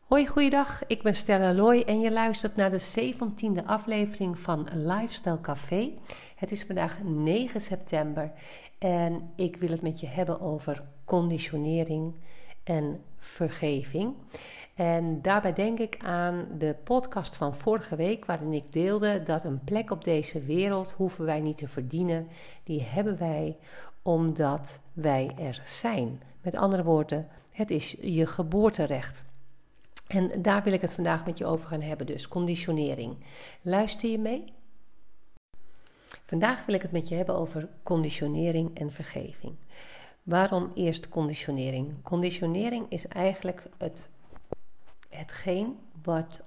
Hoi, goeiedag. Ik ben Stella Looy en je luistert naar de 17e aflevering van Lifestyle Café. Het is vandaag 9 september en ik wil het met je hebben over conditionering en vergeving. En daarbij denk ik aan de podcast van vorige week waarin ik deelde dat een plek op deze wereld hoeven wij niet te verdienen. Die hebben wij omdat wij er zijn. Met andere woorden, het is je geboorterecht. En daar wil ik het vandaag met je over gaan hebben, dus conditionering. Luister je mee? Vandaag wil ik het met je hebben over conditionering en vergeving. Waarom eerst conditionering? Conditionering is eigenlijk hetgeen wat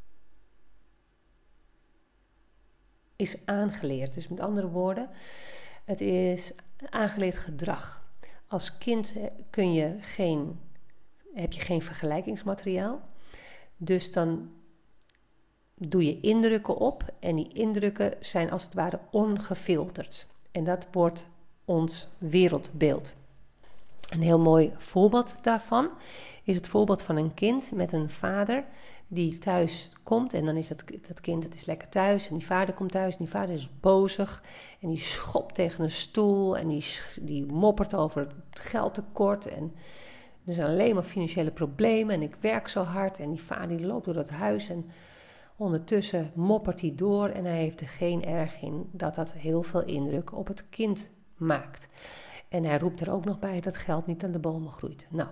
is aangeleerd. Dus met andere woorden, het is aangeleerd gedrag. Als kind heb je geen vergelijkingsmateriaal. Dus dan doe je indrukken op en die indrukken zijn als het ware ongefilterd. En dat wordt ons wereldbeeld. Een heel mooi voorbeeld daarvan is het voorbeeld van een kind met een vader die thuis komt. En dan is dat kind, het is lekker thuis en die vader komt thuis en die vader is bozig. En die schopt tegen een stoel en die moppert over het geldtekort en er zijn alleen maar financiële problemen en ik werk zo hard. En die vader die loopt door het huis en ondertussen moppert hij door. En hij heeft er geen erg in dat heel veel indruk op het kind maakt. En hij roept er ook nog bij dat geld niet aan de bomen groeit. Nou,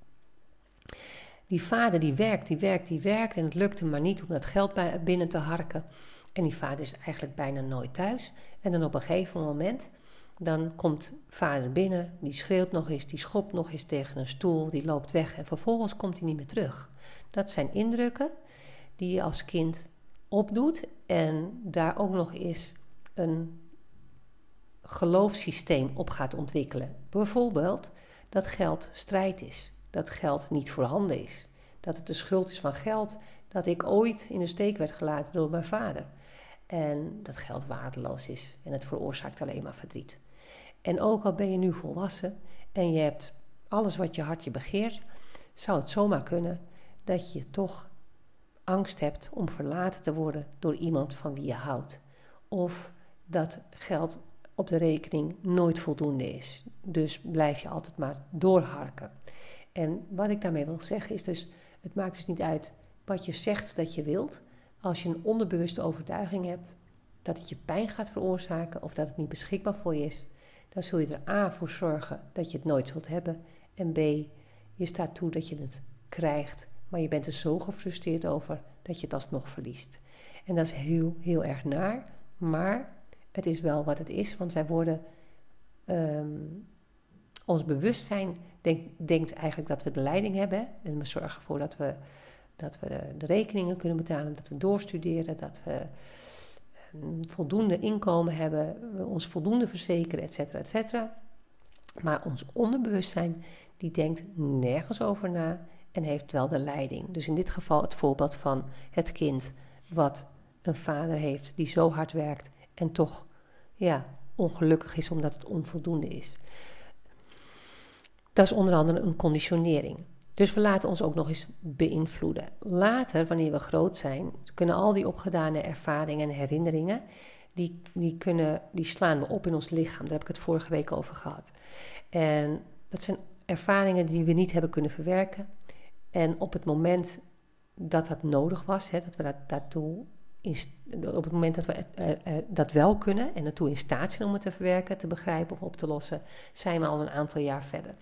die vader die werkt en het lukt hem maar niet om dat geld binnen te harken. En die vader is eigenlijk bijna nooit thuis. En dan op een gegeven moment, dan komt vader binnen, die schreeuwt nog eens, die schopt nog eens tegen een stoel, die loopt weg en vervolgens komt hij niet meer terug. Dat zijn indrukken die je als kind opdoet en daar ook nog eens een geloofssysteem op gaat ontwikkelen. Bijvoorbeeld dat geld strijd is, dat geld niet voorhanden is, dat het de schuld is van geld, dat ik ooit in de steek werd gelaten door mijn vader. En dat geld waardeloos is en het veroorzaakt alleen maar verdriet. En ook al ben je nu volwassen en je hebt alles wat je hartje begeert, zou het zomaar kunnen dat je toch angst hebt om verlaten te worden door iemand van wie je houdt. Of dat geld op de rekening nooit voldoende is. Dus blijf je altijd maar doorharken. En wat ik daarmee wil zeggen is dus, het maakt dus niet uit wat je zegt dat je wilt. Als je een onderbewuste overtuiging hebt dat het je pijn gaat veroorzaken of dat het niet beschikbaar voor je is, dan zul je er A voor zorgen dat je het nooit zult hebben. En B, je staat toe dat je het krijgt, maar je bent er zo gefrustreerd over dat je het alsnog verliest. En dat is heel, heel erg naar, maar het is wel wat het is, want wij worden, ons bewustzijn denkt eigenlijk dat we de leiding hebben. En we zorgen ervoor dat we de rekeningen kunnen betalen, dat we doorstuderen, dat we voldoende inkomen hebben, we ons voldoende verzekeren, et cetera, et cetera. Maar ons onderbewustzijn, die denkt nergens over na en heeft wel de leiding. Dus in dit geval het voorbeeld van het kind wat een vader heeft die zo hard werkt en toch ongelukkig is omdat het onvoldoende is. Dat is onder andere een conditionering. Dus we laten ons ook nog eens beïnvloeden. Later, wanneer we groot zijn, kunnen al die opgedane ervaringen en herinneringen, die slaan we op in ons lichaam. Daar heb ik het vorige week over gehad. En dat zijn ervaringen die we niet hebben kunnen verwerken. En op het moment dat dat nodig was, dat we op het moment dat we dat wel kunnen en ertoe in staat zijn om het te verwerken, te begrijpen of op te lossen, zijn we al een aantal jaar verder.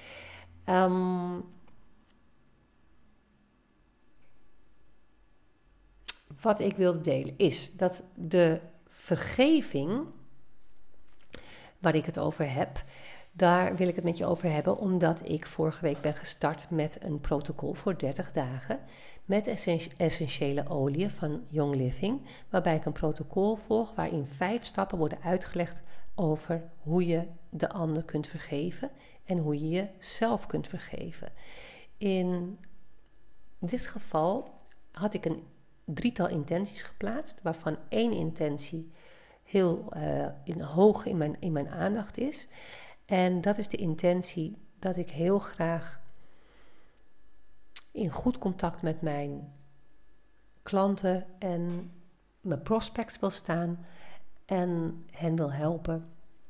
Wat ik wilde delen is dat de vergeving, waar ik het over heb, daar wil ik het met je over hebben, omdat ik vorige week ben gestart met een protocol voor 30 dagen met essentiële oliën van Young Living, waarbij ik een protocol volg waarin 5 stappen worden uitgelegd over hoe je de ander kunt vergeven en hoe je jezelf kunt vergeven. In dit geval had ik een 3-tal intenties geplaatst, waarvan 1 intentie heel hoog in mijn aandacht is. En dat is de intentie dat ik heel graag in goed contact met mijn klanten en mijn prospects wil staan en hen wil helpen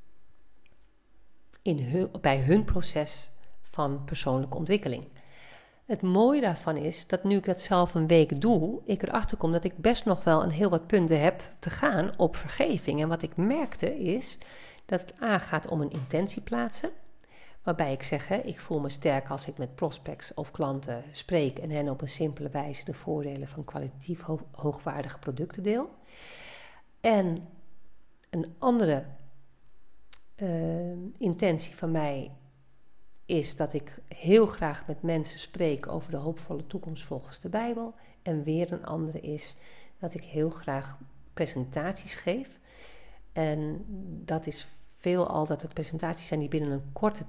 bij hun proces van persoonlijke ontwikkeling. Het mooie daarvan is dat nu ik dat zelf een week doe, ik erachter kom dat ik best nog wel een heel wat punten heb te gaan op vergeving. En wat ik merkte is dat het gaat om een intentie plaatsen. Waarbij ik zeg, ik voel me sterk als ik met prospects of klanten spreek en hen op een simpele wijze de voordelen van kwalitatief hoogwaardige producten deel. En een andere intentie van mij is dat ik heel graag met mensen spreek over de hoopvolle toekomst volgens de Bijbel. En weer een andere is dat ik heel graag presentaties geef. En dat is veelal dat het presentaties zijn die binnen een korte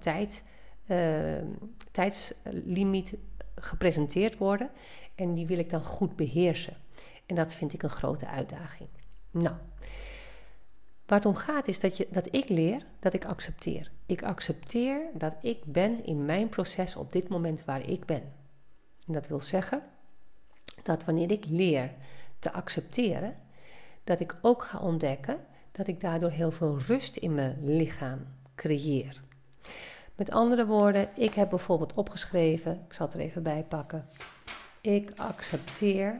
tijdslimiet gepresenteerd worden. En die wil ik dan goed beheersen. En dat vind ik een grote uitdaging. Nou, waar het om gaat is dat ik leer, dat ik accepteer. Ik accepteer dat ik ben in mijn proces op dit moment waar ik ben. En dat wil zeggen dat wanneer ik leer te accepteren, dat ik ook ga ontdekken dat ik daardoor heel veel rust in mijn lichaam creëer. Met andere woorden, ik heb bijvoorbeeld opgeschreven, ik zal het er even bij pakken. Ik accepteer.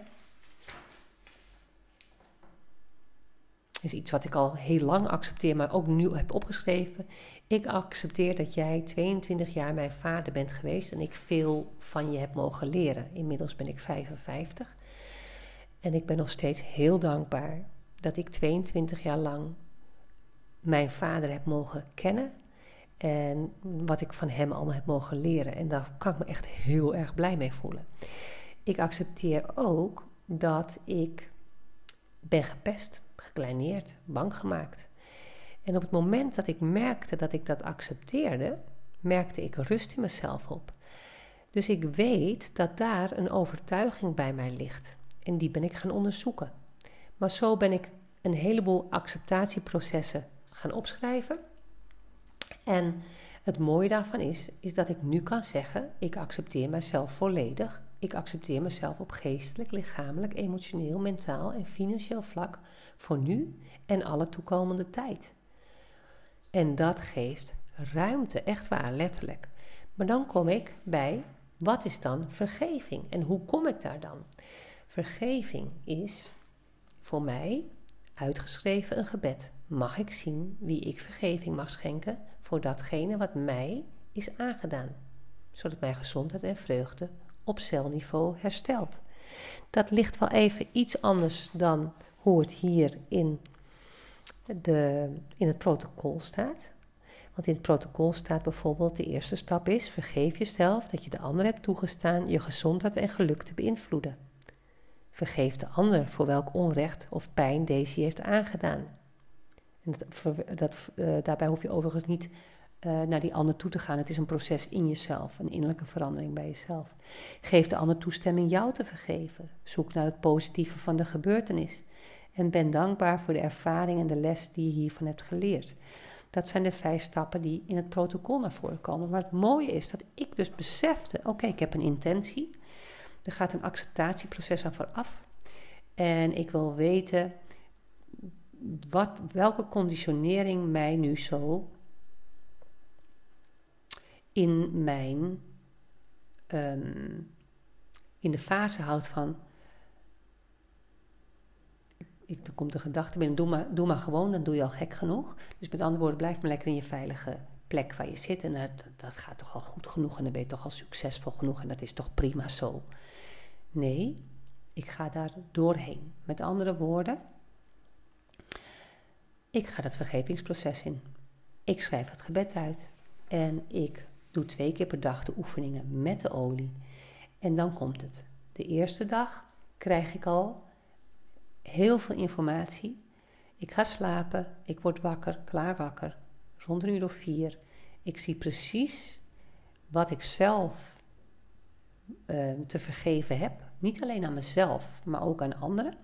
Is iets wat ik al heel lang accepteer, maar ook nu heb opgeschreven. Ik accepteer dat jij 22 jaar mijn vader bent geweest en ik veel van je heb mogen leren. Inmiddels ben ik 55 en ik ben nog steeds heel dankbaar dat ik 22 jaar lang mijn vader heb mogen kennen en wat ik van hem allemaal heb mogen leren. En daar kan ik me echt heel erg blij mee voelen. Ik accepteer ook dat ik ben gepest, gekleineerd, bang gemaakt. En op het moment dat ik merkte dat ik dat accepteerde, merkte ik rust in mezelf op. Dus ik weet dat daar een overtuiging bij mij ligt. En die ben ik gaan onderzoeken. Maar zo ben ik een heleboel acceptatieprocessen gaan opschrijven. En het mooie daarvan is dat ik nu kan zeggen, ik accepteer mezelf volledig. Ik accepteer mezelf op geestelijk, lichamelijk, emotioneel, mentaal en financieel vlak voor nu en alle toekomende tijd. En dat geeft ruimte, echt waar, letterlijk. Maar dan kom ik bij, wat is dan vergeving? En hoe kom ik daar dan? Vergeving is voor mij uitgeschreven een gebed. Mag ik zien wie ik vergeving mag schenken voor datgene wat mij is aangedaan? Zodat mijn gezondheid en vreugde op celniveau herstelt. Dat ligt wel even iets anders dan hoe het hier in het protocol staat. Want in het protocol staat bijvoorbeeld, de eerste stap is, vergeef jezelf dat je de ander hebt toegestaan je gezondheid en geluk te beïnvloeden. Vergeef de ander voor welk onrecht of pijn deze je heeft aangedaan. En daarbij hoef je overigens niet naar die ander toe te gaan. Het is een proces in jezelf, een innerlijke verandering bij jezelf. Geef de ander toestemming jou te vergeven. Zoek naar het positieve van de gebeurtenis. En ben dankbaar voor de ervaring en de les die je hiervan hebt geleerd. Dat zijn de 5 stappen die in het protocol naar voren komen. Maar het mooie is dat ik dus besefte, oké, ik heb een intentie. Er gaat een acceptatieproces aan vooraf. En ik wil weten welke conditionering mij nu zo in de fase houdt van, er komt een gedachte binnen, doe maar gewoon, dan doe je al gek genoeg. Dus met andere woorden, blijf maar lekker in je veilige plek waar je zit. En dat gaat toch al goed genoeg en dan ben je toch al succesvol genoeg en dat is toch prima zo. Nee, ik ga daar doorheen. Met andere woorden, ik ga dat vergevingsproces in. Ik schrijf het gebed uit en ik doe 2 keer per dag de oefeningen met de olie. En dan komt het. De eerste dag krijg ik al heel veel informatie. Ik ga slapen, ik word wakker, klaar wakker, rond 3:00 of 4:00. Ik zie precies wat ik zelf te vergeven heb. Niet alleen aan mezelf, maar ook aan anderen.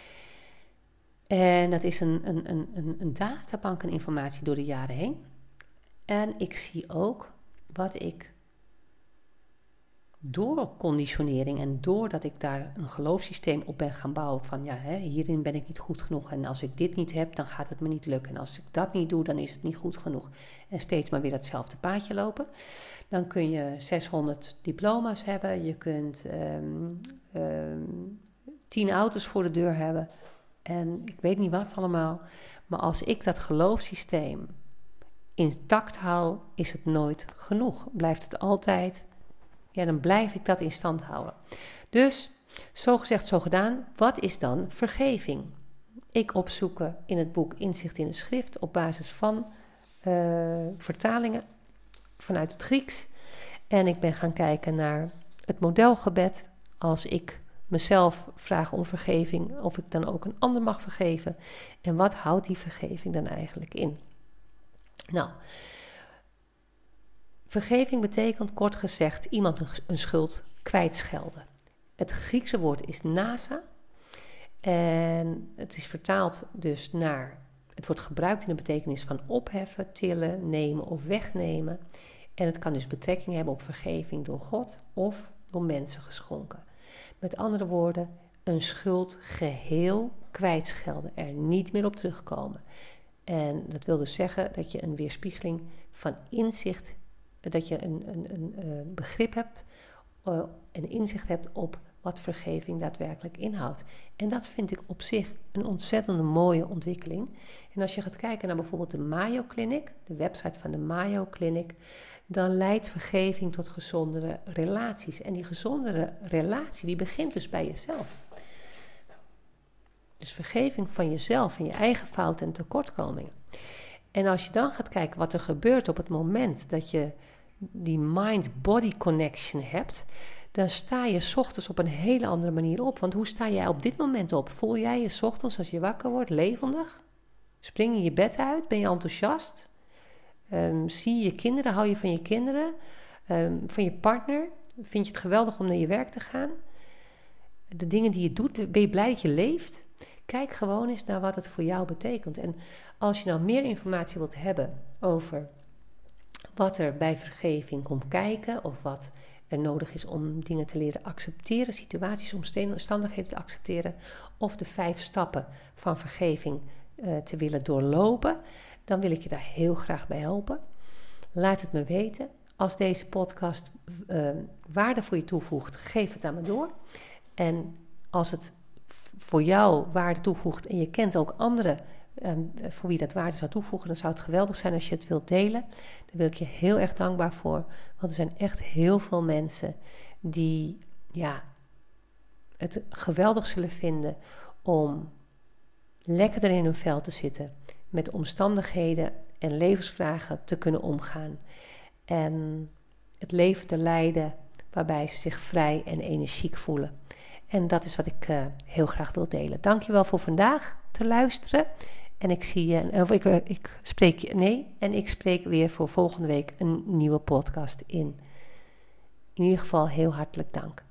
En dat is een databank aan informatie door de jaren heen. En ik zie ook wat ik door conditionering en doordat ik daar een geloofssysteem op ben gaan bouwen van hierin ben ik niet goed genoeg en als ik dit niet heb, dan gaat het me niet lukken. En als ik dat niet doe, dan is het niet goed genoeg. En steeds maar weer datzelfde paadje lopen. Dan kun je 600 diploma's hebben, je kunt 10 auto's voor de deur hebben en ik weet niet wat allemaal. Maar als ik dat geloofssysteem intact hou, is het nooit genoeg. Blijft het altijd, dan blijf ik dat in stand houden. Dus, zo gezegd, zo gedaan. Wat is dan vergeving? Ik opzoeken in het boek Inzicht in de Schrift op basis van vertalingen vanuit het Grieks. En ik ben gaan kijken naar het modelgebed. Als ik mezelf vraag om vergeving, of ik dan ook een ander mag vergeven. En wat houdt die vergeving dan eigenlijk in? Nou, vergeving betekent kort gezegd iemand een schuld kwijtschelden. Het Griekse woord is nasa en het is vertaald dus naar, het wordt gebruikt in de betekenis van opheffen, tillen, nemen of wegnemen. En het kan dus betrekking hebben op vergeving door God of door mensen geschonken. Met andere woorden, een schuld geheel kwijtschelden, er niet meer op terugkomen. En dat wil dus zeggen dat je een weerspiegeling van inzicht, dat je een begrip hebt en inzicht hebt op wat vergeving daadwerkelijk inhoudt. En dat vind ik op zich een ontzettend mooie ontwikkeling. En als je gaat kijken naar bijvoorbeeld de Mayo Clinic, de website van de Mayo Clinic, dan leidt vergeving tot gezondere relaties. En die gezondere relatie, die begint dus bij jezelf. Dus vergeving van jezelf en je eigen fouten en tekortkomingen. En als je dan gaat kijken wat er gebeurt op het moment dat je die mind-body connection hebt, dan sta je 's ochtends op een hele andere manier op. Want hoe sta jij op dit moment op? Voel jij je 's ochtends als je wakker wordt levendig? Spring je je bed uit? Ben je enthousiast? Zie je je kinderen? Hou je van je kinderen? Van je partner? Vind je het geweldig om naar je werk te gaan? De dingen die je doet, ben je blij dat je leeft? Kijk gewoon eens naar wat het voor jou betekent. En als je nou meer informatie wilt hebben over wat er bij vergeving komt kijken, of wat er nodig is om dingen te leren accepteren, situaties, omstandigheden te accepteren, of de 5 stappen van vergeving te willen doorlopen, dan wil ik je daar heel graag bij helpen. Laat het me weten. Als deze podcast waarde voor je toevoegt, geef het aan me door. En als het voor jou waarde toevoegt en je kent ook anderen voor wie dat waarde zou toevoegen, dan zou het geweldig zijn als je het wilt delen. Daar wil ik je heel erg dankbaar voor. Want er zijn echt heel veel mensen die het geweldig zullen vinden om lekkerder in hun vel te zitten, met omstandigheden en levensvragen te kunnen omgaan. En het leven te leiden waarbij ze zich vrij en energiek voelen. En dat is wat ik heel graag wil delen. Dankjewel voor vandaag te luisteren. En ik spreek weer voor volgende week een nieuwe podcast in. In ieder geval heel hartelijk dank.